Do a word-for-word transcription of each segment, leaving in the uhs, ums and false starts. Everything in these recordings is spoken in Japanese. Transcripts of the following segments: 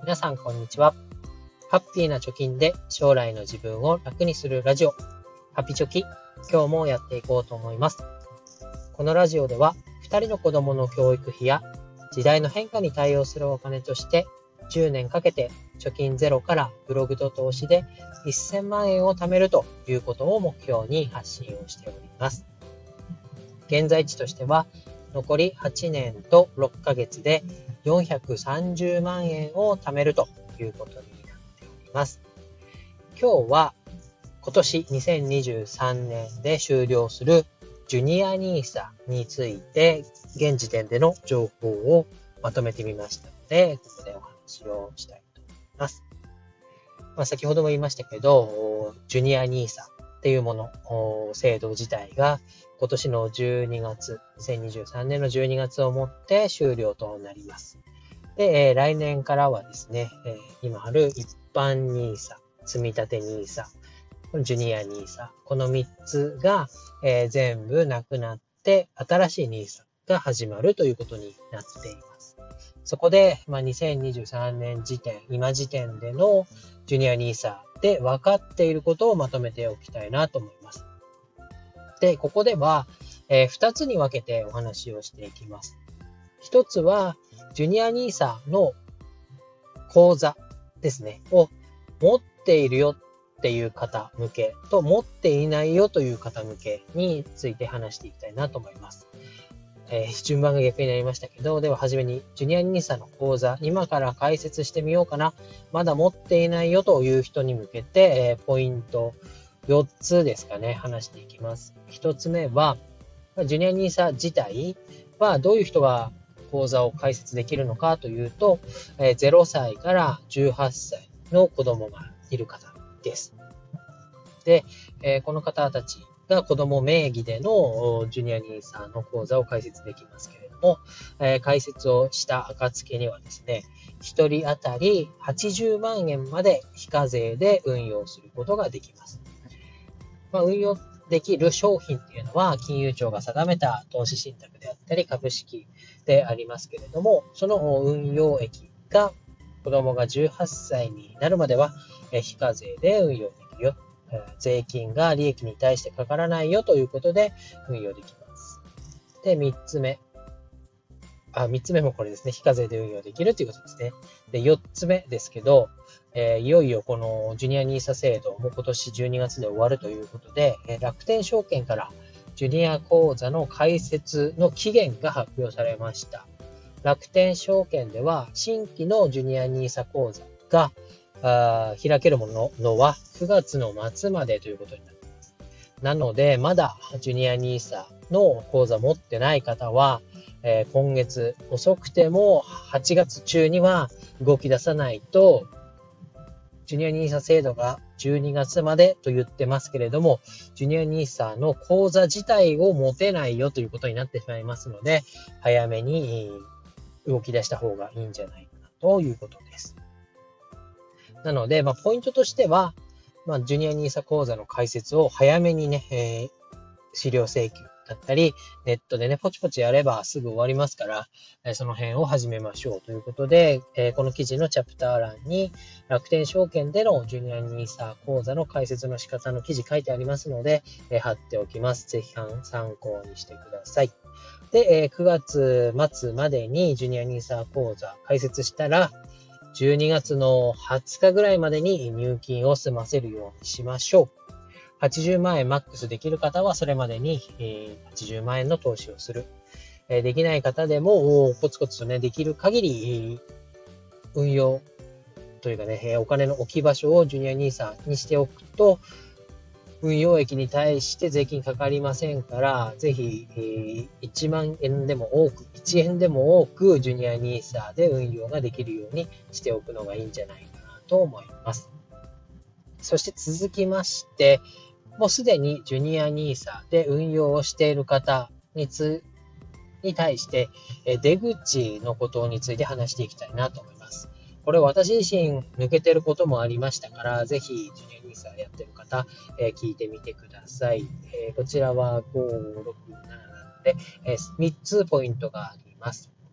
皆さんこんにちは。ハッピーな貯金で将来の自分を楽にするラジオ、ハピチョキ、今日もやっていこうと思います。このラジオではふたりの子供の教育費や時代の変化に対応するお金としてじゅうねんかけて貯金ゼロからブログと投資でせんまんえんを貯めるということを目標に発信をしております。現在地としては残りはちねんとろっかげつでよんひゃくさんじゅうまんえんを貯めるということになっております。今日は今年にせんにじゅうさんねんで終了するジュニアニーサについて現時点での情報をまとめてみましたので、ここでお話をしたいと思います。まあ、先ほども言いましたけど、ジュニアニーサっていうもの、制度自体が今年のじゅうにがつ、にせんにじゅうさんねんのじゅうにがつをもって終了となります。で、えー、来年からはですね、えー、今ある一般ニーサ、積立ニーサ、ジュニアニーサ、このみっつが、えー、全部なくなって新しいニーサが始まるということになっています。そこで、まあ、にせんにじゅうさんねん時点、今時点でのジュニアニーサで分かっていることをまとめておきたいなと思います。で、ここでは、えー、ふたつに分けてお話をしていきます。ひとつは、ジュニアニーサの口座ですね、を持っているよっていう方向けと、持っていないよという方向けについて話していきたいなと思います。えー、順番が逆になりましたけど、では初めに、ジュニアニーサの口座、今から解説してみようかな。まだ持っていないよという人に向けて、えー、ポイントよっつですかね、話していきます。ひとつめは、ジュニアニーサ自体はどういう人が口座を開設できるのかというと、えー、ゼロさいからじゅうはっさいの子供がいる方です。で、えー、この方たちが子供名義でのジュニアニーサの口座を開設できますけれども、えー、開設をした暁にはですね、ひとり当たりはちじゅうまんえんまで非課税で運用することができます。まあ、運用できる商品っていうのは金融庁が定めた投資信託であったり株式でありますけれども、その運用益が子供がじゅうはっさいになるまでは非課税で運用できるよ。税金が利益に対してかからないよということで運用できます。で、みっつめ。あ、みっつめもこれですね。非課税で運用できるということですね。で、よっつめですけど、えー、いよいよこのジュニアニーサ制度も今年じゅうにがつで終わるということで、えー、楽天証券からジュニア口座の開設の期限が発表されました。楽天証券では新規のジュニアニーサ口座があ開けるもののはくがつの末までということになっています。なので、まだジュニアニーサの口座持ってない方は、えー、今月遅くてもはちがつ中には動き出さないと、ジュニアニーサ制度がじゅうにがつまでと言ってますけれども、ジュニアニーサの口座自体を持てないよということになってしまいますので、早めに動き出した方がいいんじゃないかなということです。なので、まあ、ポイントとしては、まあ、ジュニアニーサ口座の開設を早めにね、えー、資料請求だったり、ネットでね、ポチポチやればすぐ終わりますから、えー、その辺を始めましょうということで、えー、この記事のチャプター欄に楽天証券でのジュニアニーサ口座の開設の仕方の記事書いてありますので、えー、貼っておきます。ぜひ参考にしてください。で、えー、くがつ末までにジュニアニーサ口座開設したら、じゅうにがつのはつかぐらいまでに入金を済ませるようにしましょう。はちじゅうまんえんマックスできる方はそれまでにはちじゅうまんえんの投資をする。できない方でもコツコツとね、できる限り運用というかね、お金の置き場所をジュニアニーサにしておくと、運用益に対して税金かかりませんから、ぜひ、えー、いちまんえんでも多く、いちえんでも多くジュニアニーサで運用ができるようにしておくのがいいんじゃないかなと思います。そして続きまして、もうすでにジュニアニーサで運用をしている方につに対して、出口のことについて話していきたいなと思います。これ私自身抜けてることもありましたから、ぜひジュニアニーサやってる方、えー、聞いてみてください。えー、こちらはご、ろく、なななので、えー、みっつポイントがあります。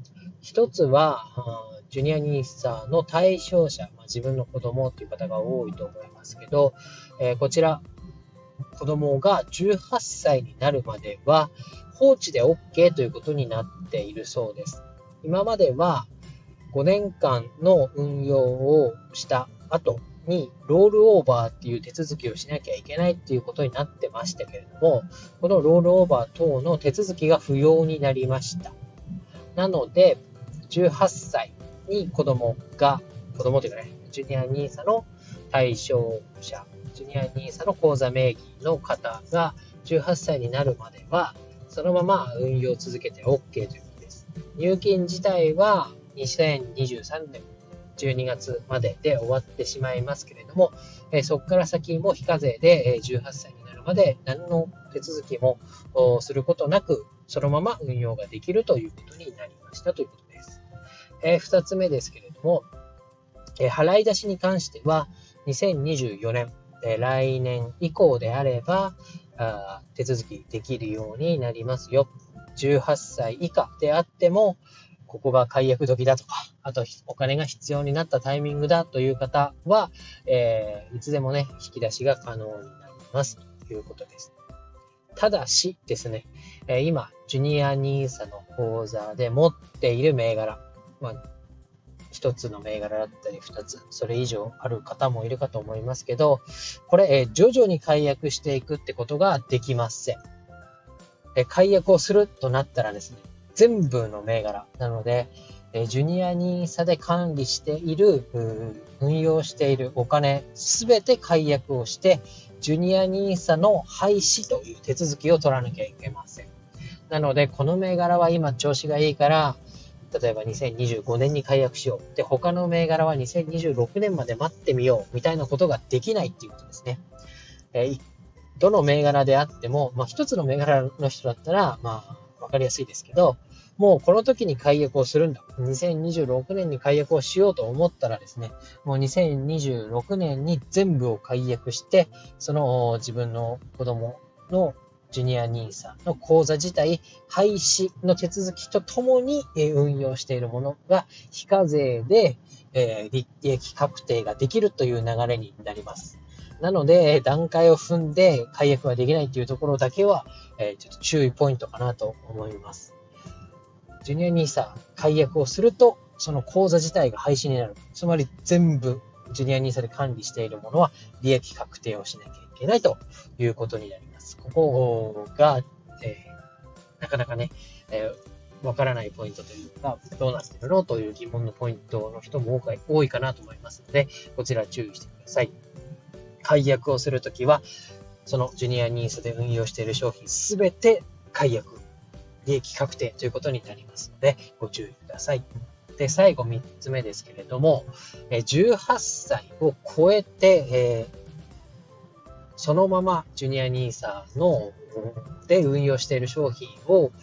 一つは、ジュニアニーサの対象者、まあ、自分の子供という方が多いと思いますけど、えー、こちら、子供がじゅうはっさいになるまでは放置で OK ということになっているそうです。今まではごねんかんの運用をした後にロールオーバーっていう手続きをしなきゃいけないっていうことになってましたけれども、このロールオーバー等の手続きが不要になりました。なので、じゅうはっさいに子供が、子供というかね、ジュニアニーサの対象者、ジュニアニーサの口座名義の方がじゅうはっさいになるまでは、そのまま運用を続けて OK ということです。入金自体はにせんにじゅうさんねんじゅうにがつまでで終わってしまいますけれども、えそこから先も非課税でじゅうはっさいになるまで何の手続きもすることなく、そのまま運用ができるということになりましたということです。えー、ふたつめですけれども、えー、払い出しに関してはにせんにじゅうよねん、えー、来年以降であればあ手続きできるようになりますよ。じゅうはっさい以下であっても、ここが解約時だとか、あとお金が必要になったタイミングだという方は、えー、いつでもね、引き出しが可能になりますということです。ただしですね、えー、今、ジュニアニーサの口座で持っている銘柄、まあ、一つの銘柄だったり二つ、それ以上ある方もいるかと思いますけど、これ、えー、徐々に解約していくってことができません。えー、解約をするとなったらですね、全部の銘柄なので、えー、ジュニアニーサで管理している、運用しているお金、すべて解約をして、ジュニアニーサの廃止という手続きを取らなきゃいけません。なので、この銘柄は今調子がいいから、例えばにせんにじゅうごねんに解約しよう。で、他の銘柄はにせんにじゅうろくねんまで待ってみよう。みたいなことができないっていうことですね。えー、どの銘柄であっても、まあ一つの銘柄の人だったら、まあわかりやすいですけど、もうこの時に解約をするんだ。にせんにじゅうろくねんに解約をしようと思ったらですね、もうにせんにじゅうろくねんに全部を解約して、その自分の子供のジュニアニーサの口座自体廃止の手続きとともに運用しているものが非課税で利益確定ができるという流れになります。なので、段階を踏んで解約ができないというところだけは、ちょっと注意ポイントかなと思います。ジュニアニーサ解約をすると、その口座自体が廃止になる。つまり全部ジュニアニーサで管理しているものは利益確定をしなきゃいけないということになります。ここが、えー、なかなかね、えー、わからないポイントというか、どうなってるのという疑問のポイントの人も多いかなと思いますので、こちら注意してください。解約をするときは、そのジュニアニーサで運用している商品すべて解約、利益確定ということになりますので、ご注意ください。で、最後みっつめですけれども、じゅうはっさいを超えて、えー、そのままジュニアニーサので運用している商品を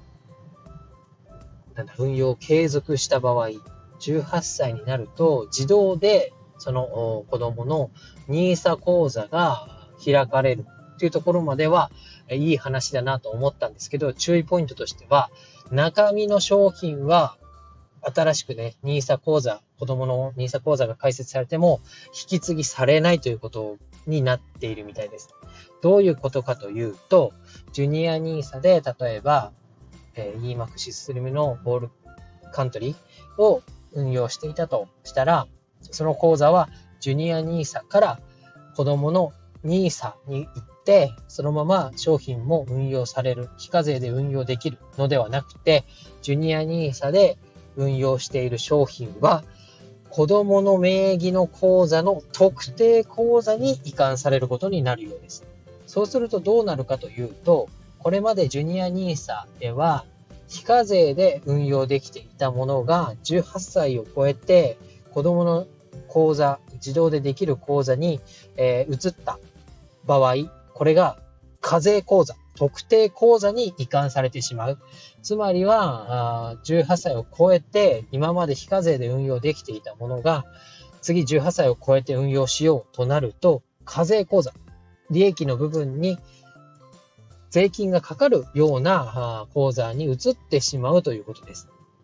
なんだ運用を継続した場合、じゅうはっさいになると自動でその子供のニーサ口座が開かれるというところまではいい話だなと思ったんですけど、注意ポイントとしては、中身の商品は新しくね、ニーサ口座、子供のニーサ口座が開設されても引き継ぎされないということになっているみたいです。どういうことかというと、ジュニアニーサで例えば、えー、イーマックス スリムのボールカントリーを運用していたとしたら、その口座はジュニアニーサから子供のニーサに行って、そのまま商品も運用される、非課税で運用できるのではなくて、ジュニアニーサで運用している商品は子供の名義の口座の特定口座に移管されることになるようです。そうするとどうなるかというと、これまでジュニアニーサでは非課税で運用できていたものがじゅうはっさいを超えて子供の口座、自動でできる口座に、えー、移った場合、これが課税口座、特定口座に移管されてしまう。つまりは、あじゅうはっさいを超えて今まで非課税で運用できていたものが、次じゅうはっさいを超えて運用しようとなると、課税口座、利益の部分に税金がかかるような口座に移ってしまうということです。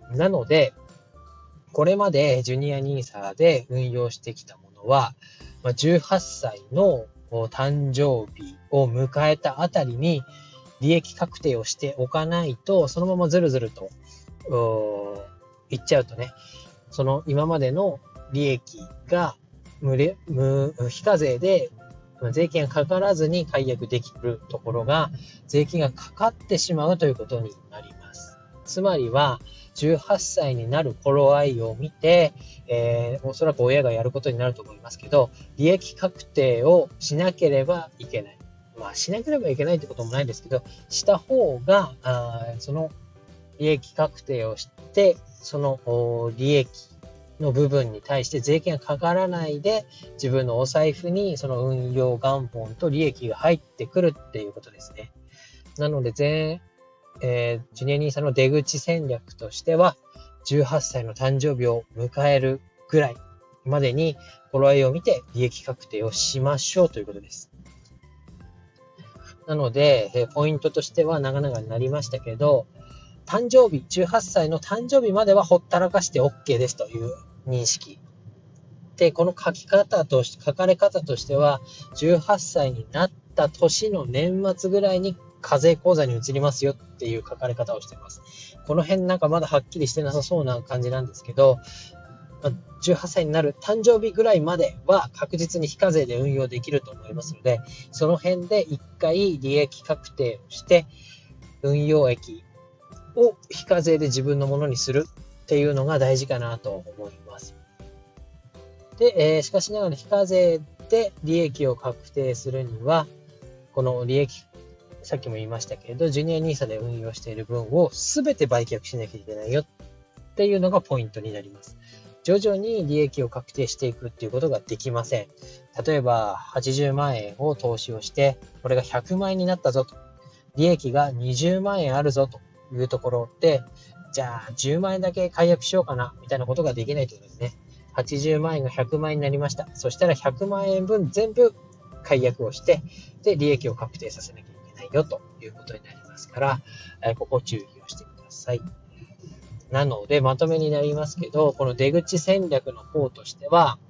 なので、これまでジュニアニーサで運用してきたものは、じゅうはっさいの誕生日を迎えたあたりに利益確定をしておかないと、そのままずるずるといっちゃうとね、その今までの利益が無れ無非課税で税金がかからずに解約できるところが税金がかかってしまうということになります。つまりはじゅうはっさいになる頃合いを見て、えー、おそらく親がやることになると思いますけど、利益確定をしなければいけない。まあしなければいけないってこともないですけど、した方があその利益確定をして、その利益の部分に対して税金がかからないで自分のお財布にその運用元本と利益が入ってくるっていうことですね。なので全、えー、ジュニアニーサの出口戦略としてはじゅうはっさいの誕生日を迎えるぐらいまでに頃合いを見て利益確定をしましょうということです。なので、えー、ポイントとしては長々になりましたけど、誕生日、じゅうはっさいの誕生日まではほったらかして OK ですという認識。で、この書き方として、書かれ方としては、じゅうはっさいになった年の年末ぐらいに課税口座に移りますよっていう書かれ方をしています。この辺なんかまだはっきりしてなさそうな感じなんですけど、じゅうはっさいになる誕生日ぐらいまでは確実に非課税で運用できると思いますので、その辺で一回利益確定をして、運用益を非課税で自分のものにするっていうのが大事かなと思います。で、えー、しかしながら非課税で利益を確定するには、この利益、さっきも言いましたけれど、ジュニアニーサで運用している分を全て売却しなきゃいけないよっていうのがポイントになります。徐々に利益を確定していくっていうことができません。例えばはちじゅうまんえんを投資をして、これがひゃくまんえんになったぞと、利益がにじゅうまんえんあるぞというところで、じゃあじゅうまんえんだけ解約しようかなみたいなことができないということですね。はちじゅうまんえんがひゃくまんえんになりました。そしたらひゃくまんえんぶん全部解約をして、で利益を確定させなきゃいけないよということになりますから、えここ注意をしてください。なのでまとめになりますけど、この出口戦略の方としては、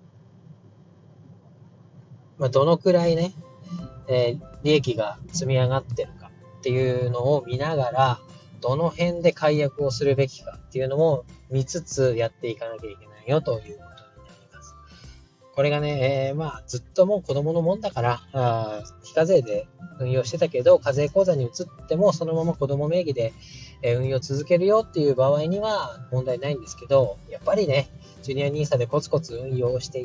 まあ、どのくらいね、えー、利益が積み上がってるかっていうのを見ながら、どの辺で解約をするべきかっていうのも見つつやっていかなきゃいけないよということになります。これがね、えー、まあずっともう子供のもんだから、あ非課税で運用してたけど、課税口座に移ってもそのまま子供名義で運用続けるよっていう場合には問題ないんですけど、やっぱりね、ジュニアニーサでコツコツ運用していって、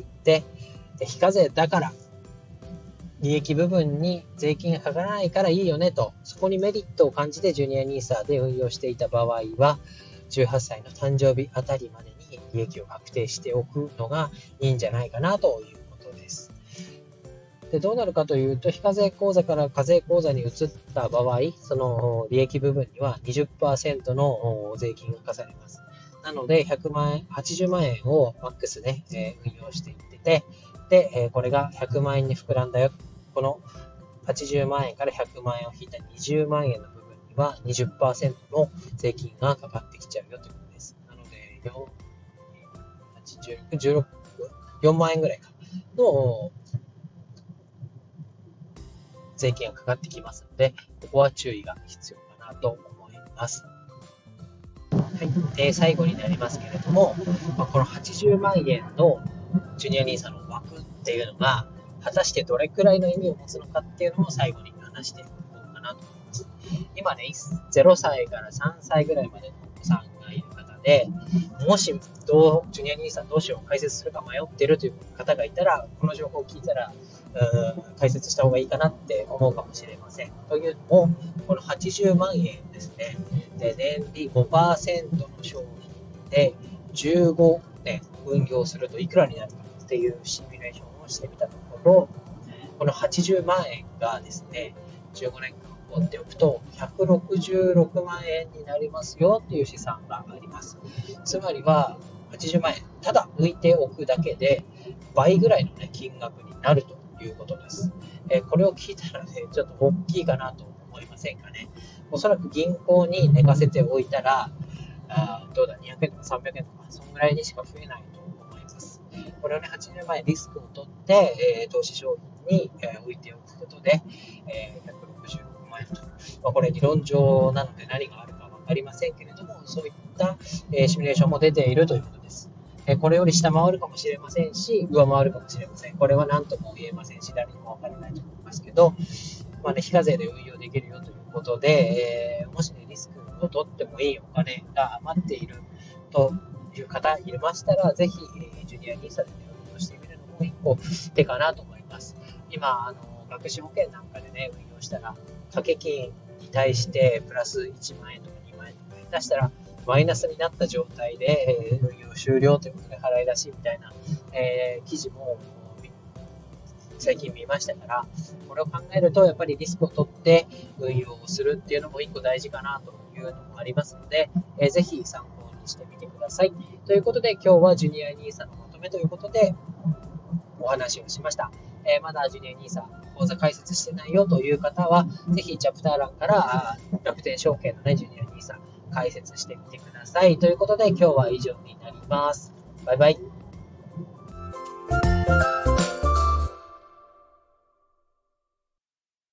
で非課税だから利益部分に税金がかからないからいいよねと、そこにメリットを感じてジュニアニーサで運用していた場合は、じゅうはっさいの誕生日あたりまでに利益を確定しておくのがいいんじゃないかなということです。で、どうなるかというと、非課税口座から課税口座に移った場合、その利益部分には にじゅっパーセント の税金が課されます。なので、ひゃくまんえん、はちじゅうまんえんをマックスね、えー、運用していってて、で、えー、これがひゃくまんえんに膨らんだよ。このはちじゅうまんえんからひゃくまんえんを引いたにじゅうまんえんの部分には にじゅっパーセント の税金がかかってきちゃうよということです。なので、はちじゅう、じゅうろく、よんまんえんぐらいかの税金がかかってきますので、ここは注意が必要かなと思います。はい、で最後になりますけれども、まあ、このはちじゅうまんえんのジュニアニーサの枠っていうのが果たしてどれくらいの意味を持つのかっていうのを最後に話していこうかなと思います。今ね、ゼロさいからさんさいぐらいまでのお子さんがいる方で、もしどうジュニアニーサどうしよう解説するか迷っているという方がいたら、この情報を聞いたらうーん解説した方がいいかなって思うかもしれません。というのも、このはちじゅうまんえんですね、で年利 ごパーセント の商品でじゅうごねん運用するといくらになるかっていうシミュレーションをしてみたところ、このはちじゅうまんえんがですね、じゅうごねんかん放っておくとひゃくろくじゅうろくまんえんになりますよっていう試算があります。つまりははちじゅうまんえんただ浮いておくだけで倍ぐらいの、ね、金額になるということです。えー、これを聞いたらね、ちょっと大きいかなと思いませんかね。おそらく銀行に寝かせておいたら、 あどうだ、にひゃくえんとかさんびゃくえんとか、そんぐらいにしか増えないと思います。これをね、はちねんまえリスクを取って、えー、投資商品に、えー、置いておくことで、えー、ひゃくろくじゅうろくまんえんと。まあ、これ理論上なので何があるかわかりませんけれども、そういった、えー、シミュレーションも出ているということです。えー、これより下回るかもしれませんし、上回るかもしれません。これは何とも言えませんし、誰にもわからないと思いますけど、まあね、非課税で運用できるよということで、えー、もしね、リスクを取ってもいいお金が余っているという方いましたら、ぜひ、えー、ジュニアニーサで、ね、運用してみるのも一個手かなと思います。今、あの、学資保険なんかでね、運用したら、掛け金に対してプラスいちまんえんとかにまんえんとか下手したらマイナスになった状態で、えー、運用終了ということで払い出しみたいな、えー、記事も最近見ましたから、これを考えるとやっぱりリスクを取って運用をするっていうのも一個大事かなというのもありますので、えー、ぜひ参考にしてみてください。ということで今日はジュニアニーサのまとめということでお話をしました。えー、まだジュニアニーサ講座開設してないよという方は、ぜひチャプター欄から楽天証券のね、ジュニアニーサ開設してみてください。ということで今日は以上になります。バイバイ。